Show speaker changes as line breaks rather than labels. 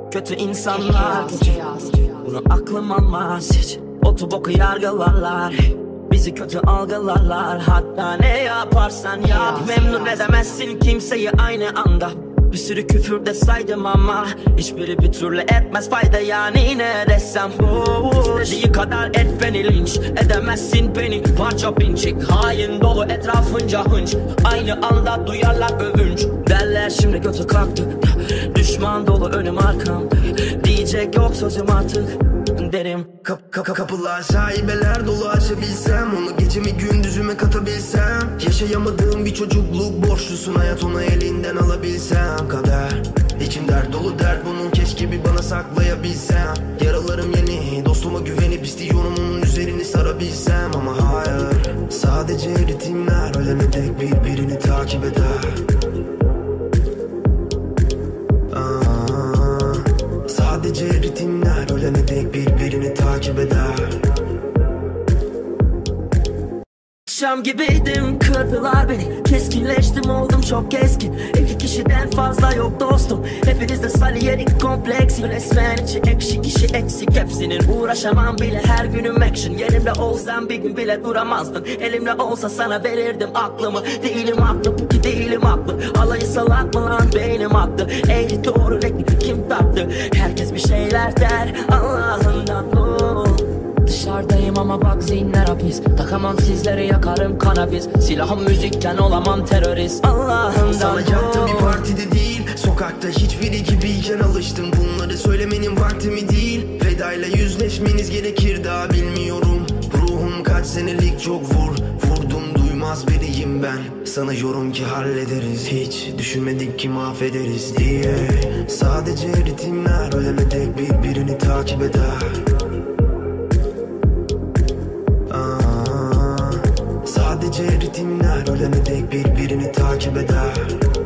Kötü insanlar kötü, bunu aklım almaz hiç. Otoboku yargılarlar, bizi kötü algılarlar. Hatta ne yaparsan yap, memnun edemezsin kimseyi aynı anda. Bir sürü küfür de saydım ama hiçbiri bir türlü etmez fayda, yani ne desem. İstediği kadar et beni, linç edemezsin beni parça pinçik. Hain dolu etrafınca hınç, aynı anda duyarlar övünç. Derler şimdi kötü kalktı, düşman dolu önüm arkam. Diyecek yok sözüm artık derim.
Kapılar şaibeler dolu, açabilsem onu gecemi gündüzüme katabilsem. Yaşayamadığım bir çocukluk borçlusun, hayat onu elinden alabilsem. Kader içim dert dolu, dert bunun keşke bir bana saklayabilsem. Yaralarım yeni, dostuma güvenip istiyorum onun üzerini sarabilsem. Ama hayır, sadece ritimler ölene dek birbirini takip eder. Sadece ritimler ölene dek birbirini takip eder.
Şam gibiydim, kırdılar beni, keskinleştim, oldum çok keskin. İki kişiden fazla yok dostum, hepinizde saliyerik kompleksi. Resmen içi ekşi, kişi eksik hepsinin. Uğraşamam bile her günüm action. Yerimde olsam bir gün bile duramazdın. Elimde olsa sana verirdim aklımı. Değilim aklı ki değilim aklı. Alayı salak mı lan beynim aklı. Eğri doğru renkli kim taktı? Herkes bir şeyler der Allah'ından. Dışarıdayım ama bak zihinler hapis. Takamam sizleri, yakarım kanabis. Silahım müzikken olamam terörist Allah'ımdan.
Sana yaptığım bir partide değil, sokakta hiçbiri gibiyken alıştım. Bunları söylemenin vakti mi değil? Vedayla yüzleşmeniz gerekir daha bilmiyorum. Ruhum kaç senelik çok vurdum, duymaz biriyim ben. Sanıyorum ki hallederiz, hiç düşünmedik ki mahvederiz diye. Sadece ritimler ölene dek birbirini takip eder. Sadece ritimler ölene dek birbirini takip eder.